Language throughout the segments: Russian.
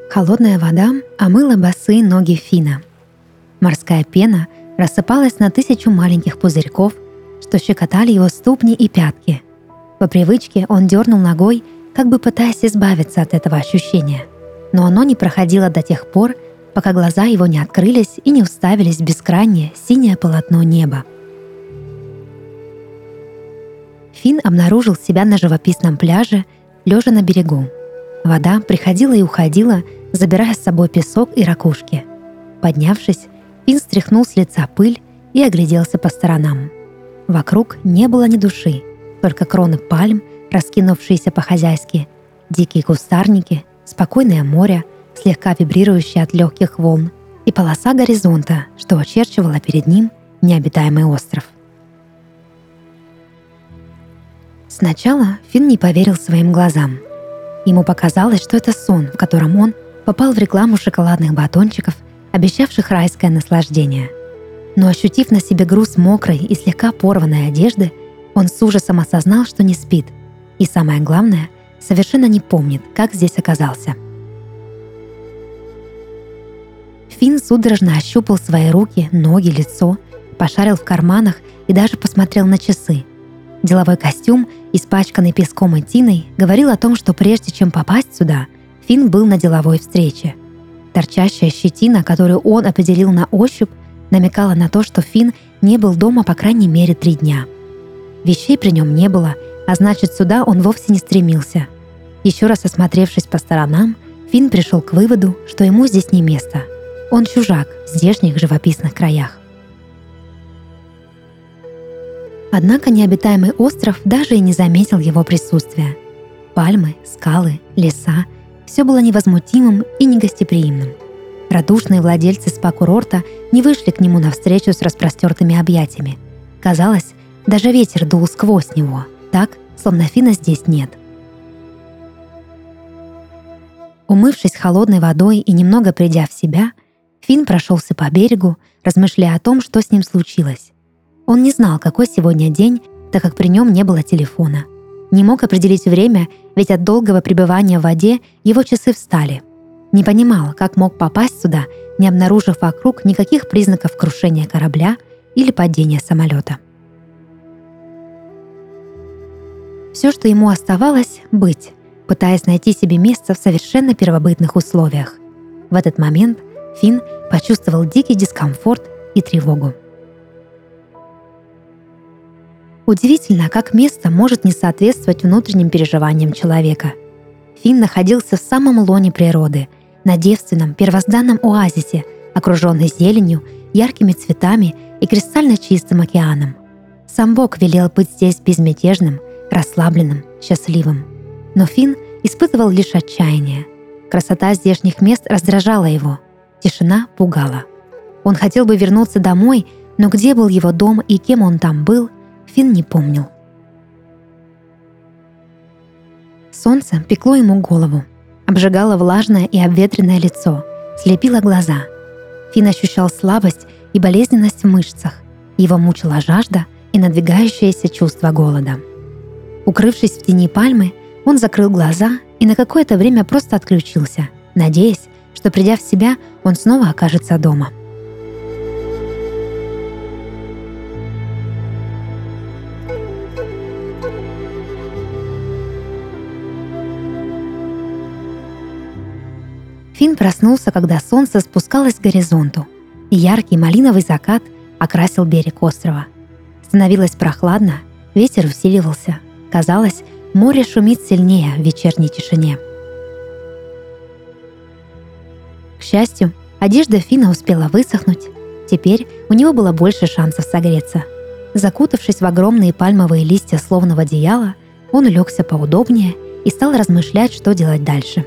Холодная вода омыла босые ноги Фина. Морская пена рассыпалась на 1000 маленьких пузырьков, что щекотали его ступни и пятки. По привычке он дернул ногой, как бы пытаясь избавиться от этого ощущения. Но оно не проходило до тех пор, пока глаза его не открылись и не уставились в бескрайнее синее полотно неба. Фин обнаружил себя на живописном пляже, лежа на берегу. Вода приходила и уходила, забирая с собой песок и ракушки. Поднявшись, Фин стряхнул с лица пыль и огляделся по сторонам. Вокруг не было ни души, только кроны пальм, раскинувшиеся по-хозяйски, дикие кустарники, спокойное море, слегка вибрирующее от легких волн, и полоса горизонта, что очерчивала перед ним необитаемый остров. Сначала Фин не поверил своим глазам. Ему показалось, что это сон, в котором он попал в рекламу шоколадных батончиков, обещавших райское наслаждение. Но ощутив на себе груз мокрой и слегка порванной одежды, он с ужасом осознал, что не спит, и самое главное, совершенно не помнит, как здесь оказался. Фин судорожно ощупал свои руки, ноги, лицо, пошарил в карманах и даже посмотрел на часы. Деловой костюм, испачканный песком и тиной, говорил о том, что прежде чем попасть сюда, Фин был на деловой встрече. Торчащая щетина, которую он определил на ощупь, намекала на то, что Фин не был дома по крайней мере 3 дня. Вещей при нем не было, а значит, сюда он вовсе не стремился. Еще раз осмотревшись по сторонам, Фин пришел к выводу, что ему здесь не место. Он чужак в здешних живописных краях. Однако необитаемый остров даже и не заметил его присутствия. Пальмы, скалы, леса — все было невозмутимым и негостеприимным. Радушные владельцы спа-курорта не вышли к нему навстречу с распростертыми объятиями. Казалось, даже ветер дул сквозь него, так, словно Фина здесь нет. Умывшись холодной водой и немного придя в себя, Фин прошелся по берегу, размышляя о том, что с ним случилось. Он не знал, какой сегодня день, так как при нем не было телефона. Не мог определить время, ведь от долгого пребывания в воде его часы встали. Не понимал, как мог попасть сюда, не обнаружив вокруг никаких признаков крушения корабля или падения самолета. Все, что ему оставалось — быть, пытаясь найти себе место в совершенно первобытных условиях. В этот момент Фин почувствовал дикий дискомфорт и тревогу. Удивительно, как место может не соответствовать внутренним переживаниям человека. Фин находился в самом лоне природы, на девственном первозданном оазисе, окруженный зеленью, яркими цветами и кристально чистым океаном. Сам Бог велел быть здесь безмятежным, расслабленным, счастливым. Но Фин испытывал лишь отчаяние. Красота здешних мест раздражала его, тишина пугала. Он хотел бы вернуться домой, но где был его дом и кем он там был, Фин не помнил. Солнце пекло ему голову, обжигало влажное и обветренное лицо, слепило глаза. Фин ощущал слабость и болезненность в мышцах. Его мучила жажда и надвигающееся чувство голода. Укрывшись в тени пальмы, он закрыл глаза и на какое-то время просто отключился, надеясь, что, придя в себя, он снова окажется дома. Фин проснулся, когда солнце спускалось к горизонту, и яркий малиновый закат окрасил берег острова. Становилось прохладно, ветер усиливался. Казалось, море шумит сильнее в вечерней тишине. К счастью, одежда Фина успела высохнуть. Теперь у него было больше шансов согреться. Закутавшись в огромные пальмовые листья словно в одеяло, он улегся поудобнее и стал размышлять, что делать дальше.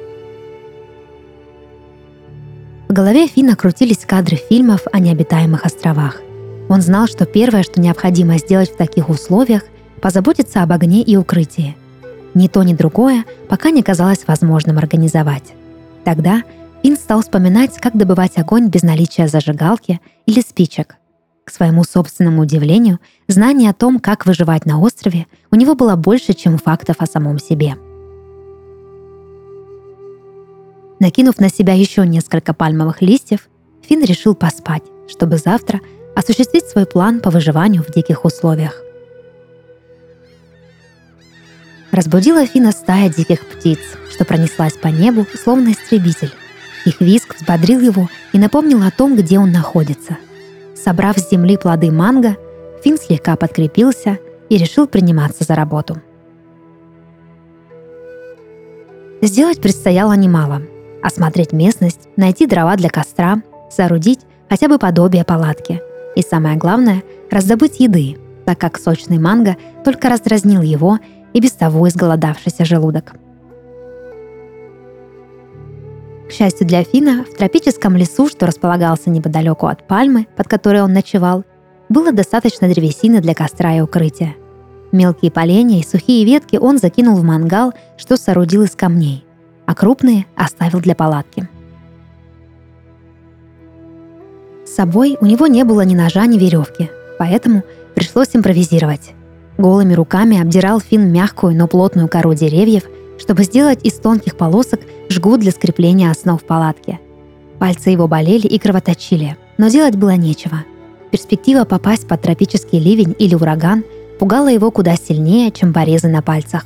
В голове Фина крутились кадры фильмов о необитаемых островах. Он знал, что первое, что необходимо сделать в таких условиях, позаботиться об огне и укрытии. Ни то, ни другое пока не казалось возможным организовать. Тогда Фин стал вспоминать, как добывать огонь без наличия зажигалки или спичек. К своему собственному удивлению, знание о том, как выживать на острове, у него было больше, чем фактов о самом себе. Накинув на себя еще несколько пальмовых листьев, Финн решил поспать, чтобы завтра осуществить свой план по выживанию в диких условиях. Разбудила Финна стая диких птиц, что пронеслась по небу, словно истребитель. Их визг взбодрил его и напомнил о том, где он находится. Собрав с земли плоды манго, Финн слегка подкрепился и решил приниматься за работу. Сделать предстояло немало. Осмотреть местность, найти дрова для костра, соорудить хотя бы подобие палатки. И самое главное – раздобыть еды, так как сочный манго только раздразнил его и без того изголодавшийся желудок. К счастью для Финна, в тропическом лесу, что располагался неподалеку от пальмы, под которой он ночевал, было достаточно древесины для костра и укрытия. Мелкие поленья и сухие ветки он закинул в мангал, что соорудил из камней, а крупные оставил для палатки. С собой у него не было ни ножа, ни веревки, поэтому пришлось импровизировать. Голыми руками обдирал Финн мягкую, но плотную кору деревьев, чтобы сделать из тонких полосок жгут для скрепления основ палатки. Пальцы его болели и кровоточили, но делать было нечего. Перспектива попасть под тропический ливень или ураган пугала его куда сильнее, чем порезы на пальцах.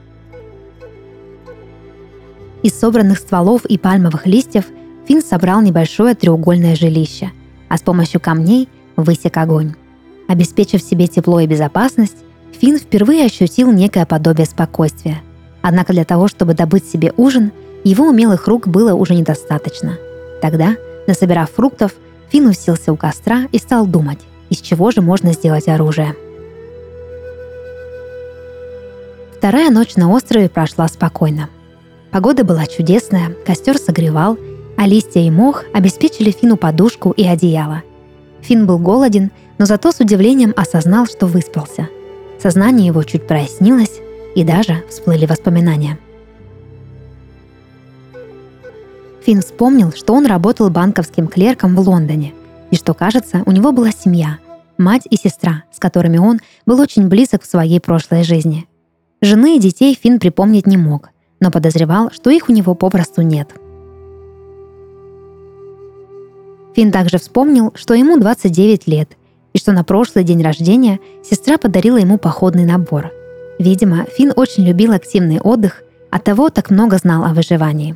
Из собранных стволов и пальмовых листьев Финн собрал небольшое треугольное жилище, а с помощью камней высек огонь. Обеспечив себе тепло и безопасность, Финн впервые ощутил некое подобие спокойствия. Однако для того, чтобы добыть себе ужин, его умелых рук было уже недостаточно. Тогда, насобирав фруктов, Финн уселся у костра и стал думать, из чего же можно сделать оружие. Вторая ночь на острове прошла спокойно. Погода была чудесная, костер согревал, а листья и мох обеспечили Финну подушку и одеяло. Финн был голоден, но зато с удивлением осознал, что выспался. Сознание его чуть прояснилось, и даже всплыли воспоминания. Финн вспомнил, что он работал банковским клерком в Лондоне, и что, кажется, у него была семья, мать и сестра, с которыми он был очень близок в своей прошлой жизни. Жены и детей Финн припомнить не мог, но подозревал, что их у него попросту нет. Финн также вспомнил, что ему 29 лет, и что на прошлый день рождения сестра подарила ему походный набор. Видимо, Финн очень любил активный отдых, оттого так много знал о выживании.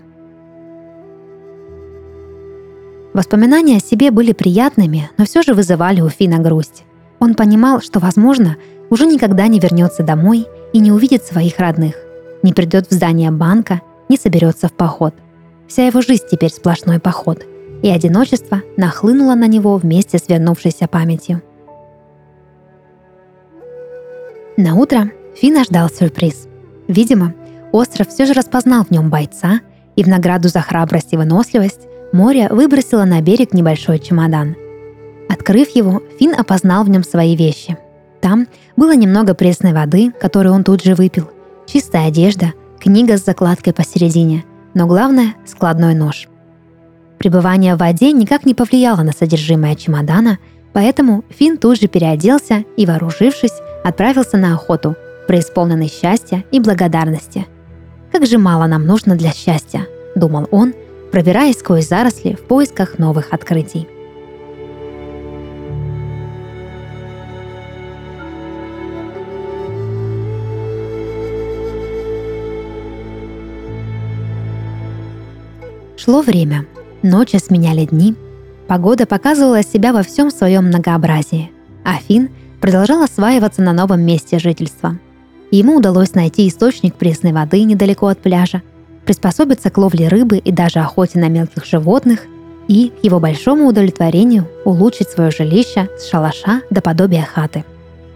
Воспоминания о себе были приятными, но все же вызывали у Финна грусть. Он понимал, что, возможно, уже никогда не вернется домой и не увидит своих родных, не придет в здание банка, не соберется в поход. Вся его жизнь теперь сплошной поход, и одиночество нахлынуло на него вместе с вернувшейся памятью. Наутро Финна ждал сюрприз. Видимо, остров все же распознал в нем бойца, и в награду за храбрость и выносливость море выбросило на берег небольшой чемодан. Открыв его, Финн опознал в нем свои вещи. Там было немного пресной воды, которую он тут же выпил, чистая одежда, книга с закладкой посередине, но главное – складной нож. Пребывание в воде никак не повлияло на содержимое чемодана, поэтому Финн тут же переоделся и, вооружившись, отправился на охоту, преисполненный счастья и благодарности. «Как же мало нам нужно для счастья», — думал он, пробираясь сквозь заросли в поисках новых открытий. Шло время, ночи сменяли дни, погода показывала себя во всем своем многообразии, а Финн продолжал осваиваться на новом месте жительства. Ему удалось найти источник пресной воды недалеко от пляжа, приспособиться к ловле рыбы и даже охоте на мелких животных и, к его большому удовлетворению, улучшить свое жилище с шалаша до подобия хаты.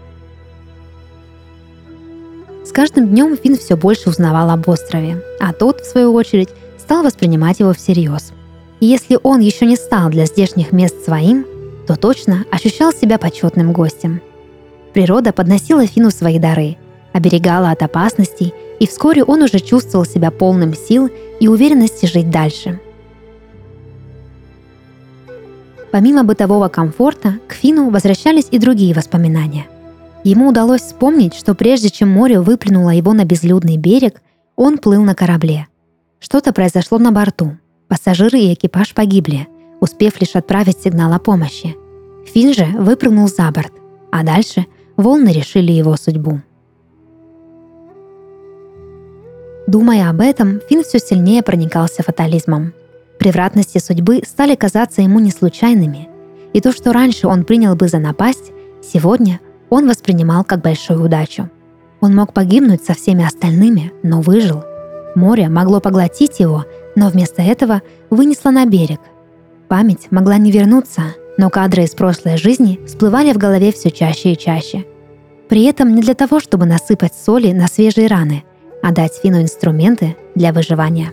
С каждым днем Финн все больше узнавал об острове, а тот, в свою очередь, стал воспринимать его всерьез. И если он еще не стал для здешних мест своим, то точно ощущал себя почетным гостем. Природа подносила Финну свои дары, оберегала от опасностей, и вскоре он уже чувствовал себя полным сил и уверенности жить дальше. Помимо бытового комфорта, к Финну возвращались и другие воспоминания. Ему удалось вспомнить, что прежде чем море выплюнуло его на безлюдный берег, он плыл на корабле. Что-то произошло на борту, Пассажиры и экипаж погибли, успев лишь отправить сигнал о помощи. Финн же выпрыгнул за борт, а дальше волны решили его судьбу. Думая об этом, Финн все сильнее проникался фатализмом. Превратности судьбы стали казаться ему не случайными, и то, что раньше он принял бы за напасть, сегодня он воспринимал как большую удачу. Он мог погибнуть со всеми остальными, но выжил. Море могло поглотить его, но вместо этого вынесло на берег. Память могла не вернуться, но кадры из прошлой жизни всплывали в голове все чаще и чаще. При этом не для того, чтобы насыпать соли на свежие раны, а дать Финну инструменты для выживания.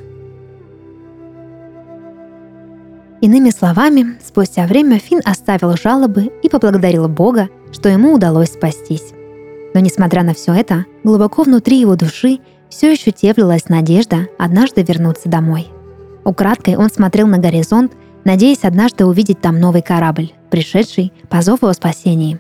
Иными словами, спустя время Финн оставил жалобы и поблагодарил Бога, что ему удалось спастись. Но несмотря на все это, глубоко внутри его души все еще теплилась надежда однажды вернуться домой. Украдкой он смотрел на горизонт, надеясь однажды увидеть там новый корабль, пришедший по зову о спасении.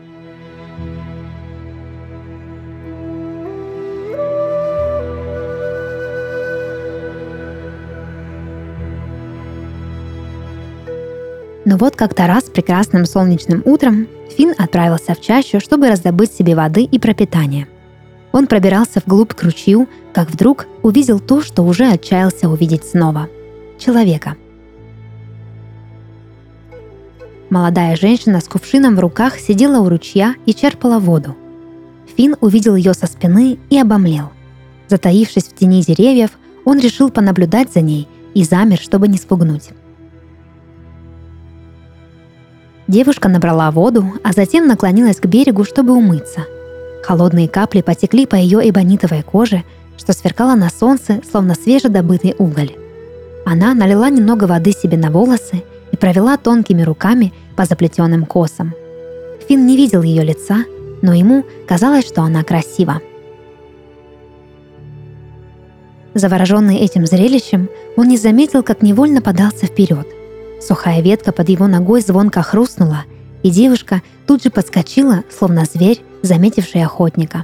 Но вот как-то раз прекрасным солнечным утром Финн отправился в чащу, чтобы раздобыть себе воды и пропитания. Он пробирался вглубь к ручью, как вдруг увидел то, что уже отчаялся увидеть снова — человека. Молодая женщина с кувшином в руках сидела у ручья и черпала воду. Финн увидел ее со спины и обомлел. Затаившись в тени деревьев, он решил понаблюдать за ней и замер, чтобы не спугнуть. Девушка набрала воду, а затем наклонилась к берегу, чтобы умыться. Холодные капли потекли по ее эбонитовой коже, что сверкало на солнце, словно свежедобытый уголь. Она налила немного воды себе на волосы и провела тонкими руками по заплетенным косам. Финн не видел ее лица, но ему казалось, что она красива. Завороженный этим зрелищем, он не заметил, как невольно подался вперед. Сухая ветка под его ногой звонко хрустнула, и девушка тут же подскочила, словно зверь, заметивший охотника.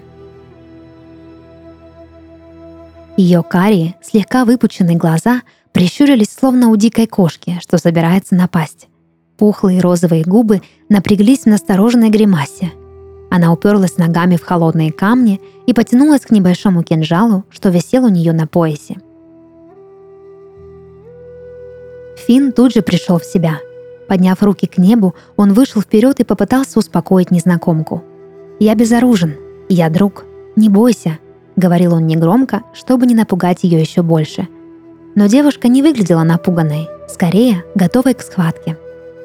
Ее карие, слегка выпученные глаза прищурились, словно у дикой кошки, что собирается напасть. Пухлые розовые губы напряглись в настороженной гримасе. Она уперлась ногами в холодные камни и потянулась к небольшому кинжалу, что висел у нее на поясе. Финн тут же пришел в себя. Подняв руки к небу, он вышел вперед и попытался успокоить незнакомку. «Я безоружен, я друг, не бойся», — говорил он негромко, чтобы не напугать ее еще больше. Но девушка не выглядела напуганной, скорее готовой к схватке.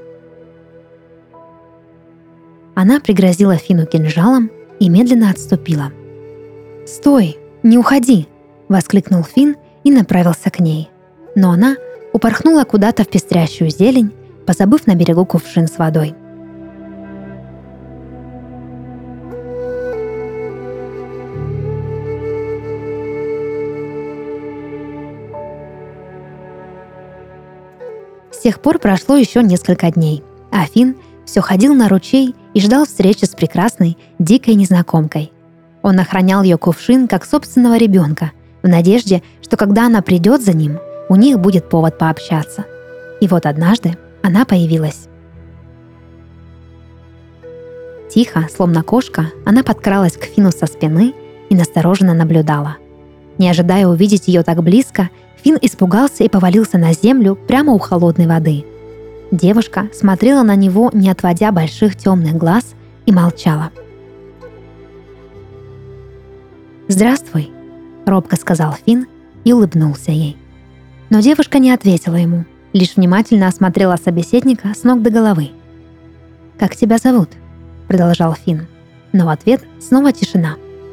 Она пригрозила Финну кинжалом и медленно отступила. «Стой, не уходи!» — воскликнул Финн и направился к ней. Но она упорхнула куда-то в пестрящую зелень, позабыв на берегу кувшин с водой. С тех пор прошло еще несколько дней, а Финн все ходил на ручей и ждал встречи с прекрасной, дикой незнакомкой. Он охранял ее кувшин как собственного ребенка, в надежде, что когда она придет за ним, у них будет повод пообщаться. И вот однажды она появилась. Тихо, словно кошка, она подкралась к Финну со спины и настороженно наблюдала. Не ожидая увидеть ее так близко, Финн испугался и повалился на землю прямо у холодной воды. Девушка смотрела на него, не отводя больших темных глаз, и молчала. «Здравствуй», — робко сказал Финн и улыбнулся ей. Но девушка не ответила ему, лишь внимательно осмотрела собеседника с ног до головы. «Как тебя зовут?» — продолжал Финн. Но в ответ снова тишина.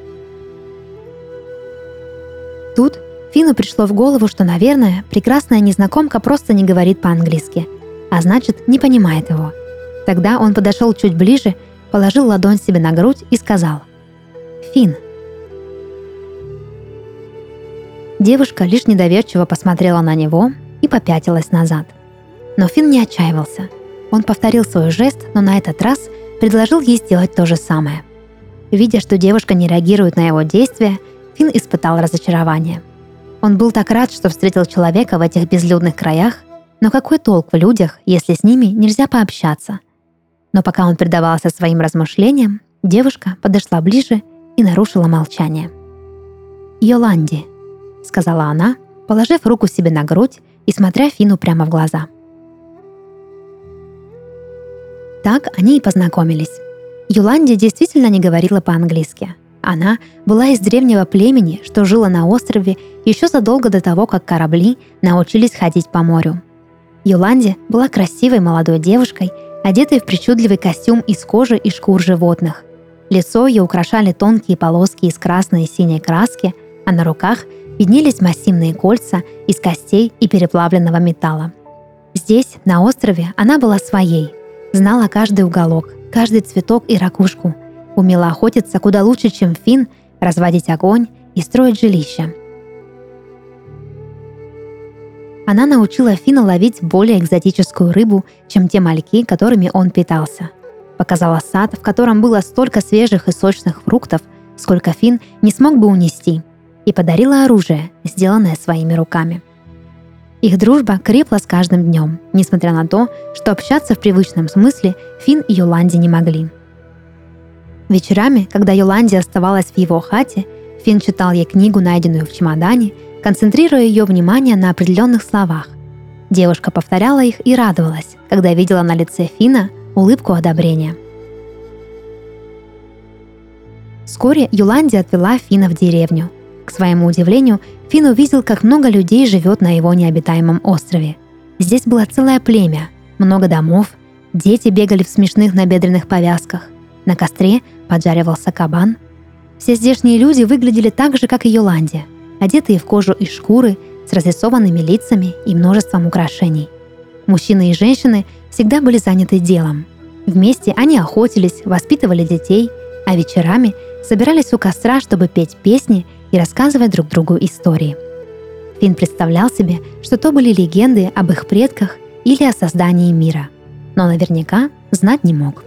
Тут Финну пришло в голову, что, наверное, прекрасная незнакомка просто не говорит по-английски, а значит, не понимает его. Тогда он подошел чуть ближе, положил ладонь себе на грудь и сказал: «Финн». Девушка лишь недоверчиво посмотрела на него и попятилась назад. Но Финн не отчаивался. Он повторил свой жест, но на этот раз предложил ей сделать то же самое. Видя, что девушка не реагирует на его действия, Финн испытал разочарование. Он был так рад, что встретил человека в этих безлюдных краях, но какой толк в людях, если с ними нельзя пообщаться? Но пока он предавался своим размышлениям, девушка подошла ближе и нарушила молчание. «Йоланди», — сказала она, положив руку себе на грудь и смотря Фину прямо в глаза. Так они и познакомились. Йоланди действительно не говорила по-английски. Она была из древнего племени, что жило на острове еще задолго до того, как корабли научились ходить по морю. Йоланди была красивой молодой девушкой, одетой в причудливый костюм из кожи и шкур животных. Лицо ее украшали тонкие полоски из красной и синей краски, а на руках виднелись массивные кольца из костей и переплавленного металла. Здесь, на острове, она была своей, знала каждый уголок, каждый цветок и ракушку, умела охотиться куда лучше, чем Фин, разводить огонь и строить жилища. Она научила Фина ловить более экзотическую рыбу, чем те мальки, которыми он питался. Показала сад, в котором было столько свежих и сочных фруктов, сколько Фин не смог бы унести, и подарила оружие, сделанное своими руками. Их дружба крепла с каждым днем, несмотря на то, что общаться в привычном смысле Фин и Йоланди не могли. Вечерами, когда Йоланди оставалась в его хате, Фин читал ей книгу, найденную в чемодане, концентрируя ее внимание на определенных словах. Девушка повторяла их и радовалась, когда видела на лице Фина улыбку одобрения. Вскоре Йоланди отвела Фина в деревню. К своему удивлению, Фин увидел, как много людей живет на его необитаемом острове. Здесь было целое племя, много домов, дети бегали в смешных набедренных повязках, на костре поджаривался кабан. Все здешние люди выглядели так же, как и Йоланди, одетые в кожу и шкуры, с разрисованными лицами и множеством украшений. Мужчины и женщины всегда были заняты делом. Вместе они охотились, воспитывали детей, а вечерами собирались у костра, чтобы петь песни и рассказывать друг другу истории. Фин представлял себе, что то были легенды об их предках или о создании мира, но наверняка знать не мог.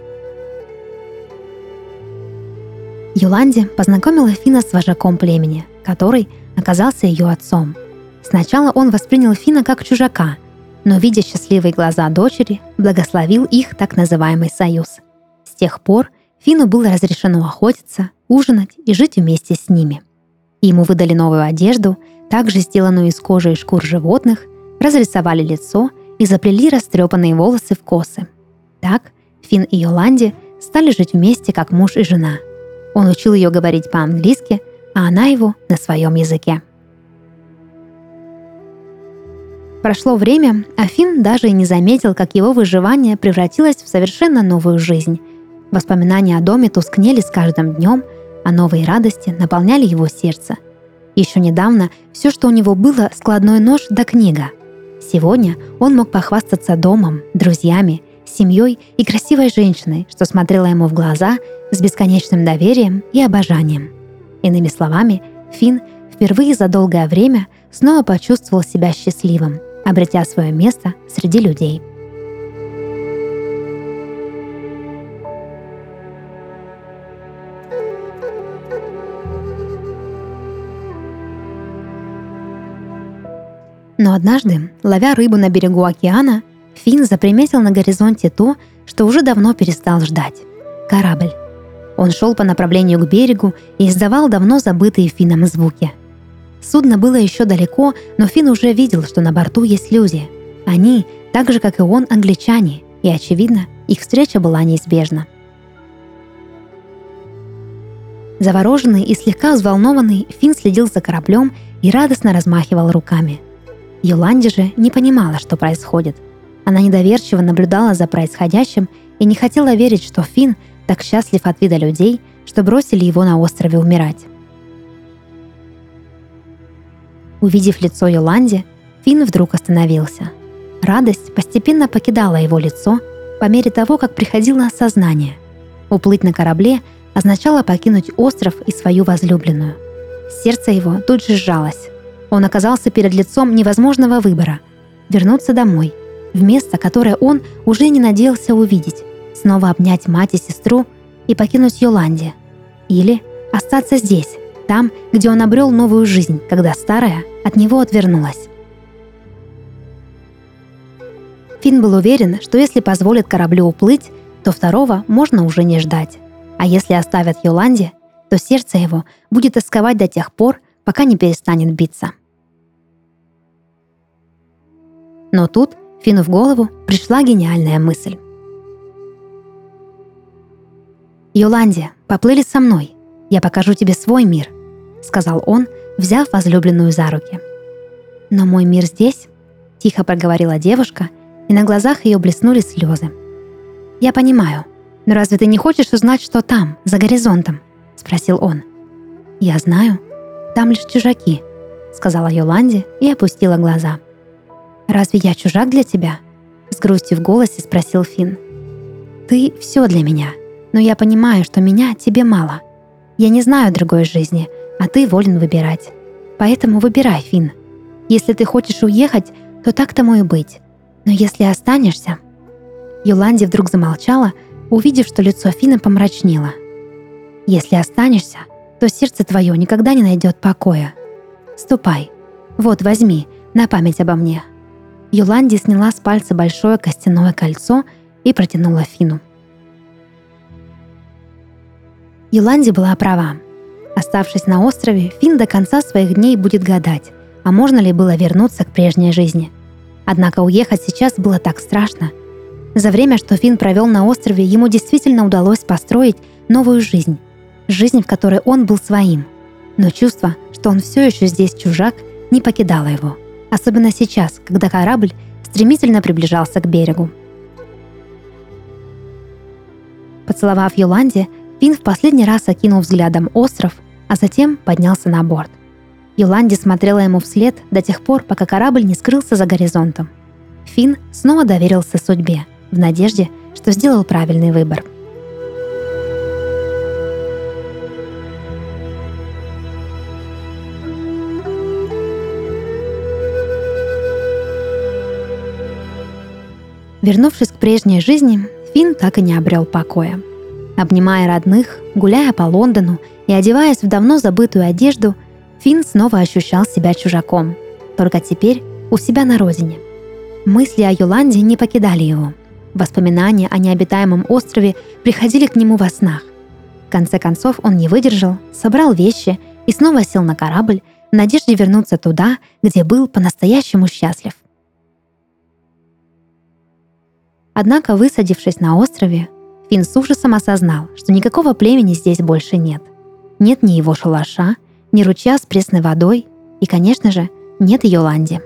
Йоланди познакомила Фина с вожаком племени, который оказался ее отцом. Сначала он воспринял Фина как чужака, но, видя счастливые глаза дочери, благословил их так называемый союз. С тех пор Фину было разрешено охотиться, ужинать и жить вместе с ними. Ему выдали новую одежду, также сделанную из кожи и шкур животных, разрисовали лицо и заплели растрепанные волосы в косы. Так Фин и Йоланди стали жить вместе как муж и жена. Он учил ее говорить по-английски, а она его на своем языке. Прошло время, а Фин даже и не заметил, как его выживание превратилось в совершенно новую жизнь. Воспоминания о доме тускнели с каждым днем, а новые радости наполняли его сердце. Еще недавно все, что у него было, складной нож да книга. Сегодня он мог похвастаться домом, друзьями, семьей и красивой женщиной, что смотрела ему в глаза с бесконечным доверием и обожанием. Иными словами, Фин впервые за долгое время снова почувствовал себя счастливым, обретя свое место среди людей. Но однажды, ловя рыбу на берегу океана, Фин заприметил на горизонте то, что уже давно перестал ждать — корабль. Он шел по направлению к берегу и издавал давно забытые Фином звуки. Судно было еще далеко, но Фин уже видел, что на борту есть люди. Они, так же как и он, англичане, и, очевидно, их встреча была неизбежна. Завороженный и слегка взволнованный, Фин следил за кораблем и радостно размахивал руками. Йоланди же не понимала, что происходит. Она недоверчиво наблюдала за происходящим и не хотела верить, что Фин так счастлив от вида людей, что бросили его на острове умирать. Увидев лицо Йоланди, Фин вдруг остановился. Радость постепенно покидала его лицо по мере того, как приходило осознание. Уплыть на корабле означало покинуть остров и свою возлюбленную. Сердце его тут же сжалось. Он оказался перед лицом невозможного выбора — вернуться домой, в место, которое он уже не надеялся увидеть, снова обнять мать и сестру и покинуть Йоланди. Или остаться здесь, там, где он обрел новую жизнь, когда старая от него отвернулась. Финн был уверен, что если позволит кораблю уплыть, то второго можно уже не ждать. А если оставят Йоланде, то сердце его будет тосковать до тех пор, пока не перестанет биться. Но тут Финну в голову пришла гениальная мысль. «Йоланде, поплыли со мной. Я покажу тебе свой мир», — сказал он, взяв возлюбленную за руки. «Но мой мир здесь», — тихо проговорила девушка, и на глазах ее блеснули слезы. «Я понимаю, но разве ты не хочешь узнать, что там, за горизонтом?» — спросил он. «Я знаю, там лишь чужаки», — сказала Йоланде и опустила глаза. «Разве я чужак для тебя?» — с грустью в голосе спросил Финн. «Ты все для меня, но я понимаю, что меня тебе мало. Я не знаю другой жизни, а ты волен выбирать. Поэтому выбирай, Финн. Если ты хочешь уехать, то так тому и быть. Но если останешься...» Йоланде вдруг замолчала, увидев, что лицо Финна помрачнело. «Если останешься, то сердце твое никогда не найдет покоя. Ступай. Вот, возьми, на память обо мне». Йоланде сняла с пальца большое костяное кольцо и протянула Финну. Йоланде была права. Оставшись на острове, Финн до конца своих дней будет гадать, а можно ли было вернуться к прежней жизни. Однако уехать сейчас было так страшно. За время, что Финн провел на острове, ему действительно удалось построить новую жизнь. Жизнь, в которой он был своим. Но чувство, что он все еще здесь чужак, не покидало его. Особенно сейчас, когда корабль стремительно приближался к берегу. Поцеловав Йоланде, Финн в последний раз окинул взглядом остров, а затем поднялся на борт. Йоланде смотрела ему вслед до тех пор, пока корабль не скрылся за горизонтом. Финн снова доверился судьбе, в надежде, что сделал правильный выбор. Вернувшись к прежней жизни, Финн так и не обрел покоя. Обнимая родных, гуляя по Лондону и одеваясь в давно забытую одежду, Финн снова ощущал себя чужаком, только теперь у себя на родине. Мысли о Йоланде не покидали его. Воспоминания о необитаемом острове приходили к нему во снах. В конце концов он не выдержал, собрал вещи и снова сел на корабль в надежде вернуться туда, где был по-настоящему счастлив. Однако, высадившись на острове, Финн с ужасом осознал, что никакого племени здесь больше нет. Нет ни его шалаша, ни ручья с пресной водой и, конечно же, нет Йоланде.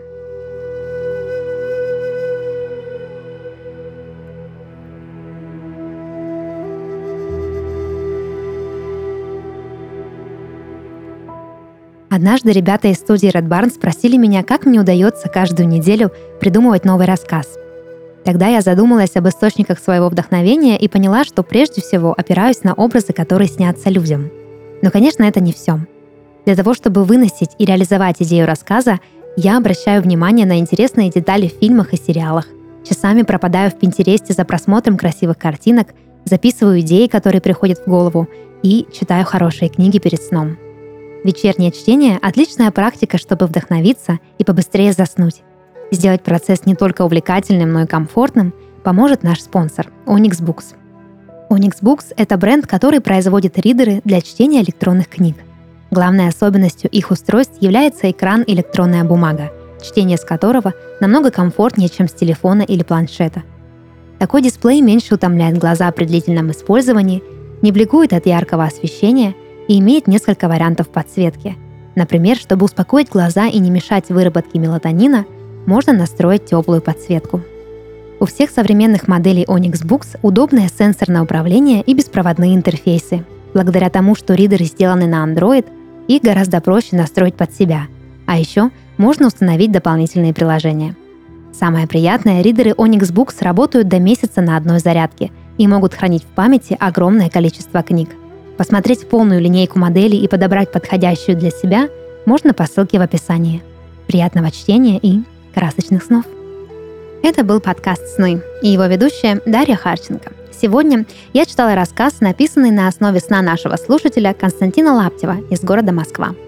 Однажды ребята из студии Red Barn спросили меня, как мне удается каждую неделю придумывать новый рассказ. Тогда я задумалась об источниках своего вдохновения и поняла, что прежде всего опираюсь на образы, которые снятся людям. Но, конечно, это не все. Для того, чтобы выносить и реализовать идею рассказа, я обращаю внимание на интересные детали в фильмах и сериалах. Часами пропадаю в Пинтересте за просмотром красивых картинок, записываю идеи, которые приходят в голову, и читаю хорошие книги перед сном. Вечернее чтение – отличная практика, чтобы вдохновиться и побыстрее заснуть. Сделать процесс не только увлекательным, но и комфортным поможет наш спонсор – Onyx Books. Onyx Books – это бренд, который производит ридеры для чтения электронных книг. Главной особенностью их устройств является экран «Электронная бумага», чтение с которого намного комфортнее, чем с телефона или планшета. Такой дисплей меньше утомляет глаза при длительном использовании, не бликует от яркого освещения и имеет несколько вариантов подсветки. Например, чтобы успокоить глаза и не мешать выработке мелатонина, можно настроить теплую подсветку. У всех современных моделей Onyx Books удобное сенсорное управление и беспроводные интерфейсы. Благодаря тому, что ридеры сделаны на Android, их гораздо проще настроить под себя. А еще можно установить дополнительные приложения. Самое приятное, ридеры Onyx Books работают до месяца на одной зарядке и могут хранить в памяти огромное количество книг. Посмотреть полную линейку моделей и подобрать подходящую для себя можно по ссылке в описании. Приятного чтения и красочных снов! Это был подкаст «Сны» и его ведущая Дарья Харченко. Сегодня я читала рассказ, написанный на основе сна нашего слушателя Константина Лаптева из города Москва.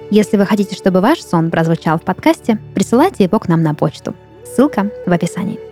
Если вы хотите, чтобы ваш сон прозвучал в подкасте, присылайте его к нам на почту. Ссылка в описании.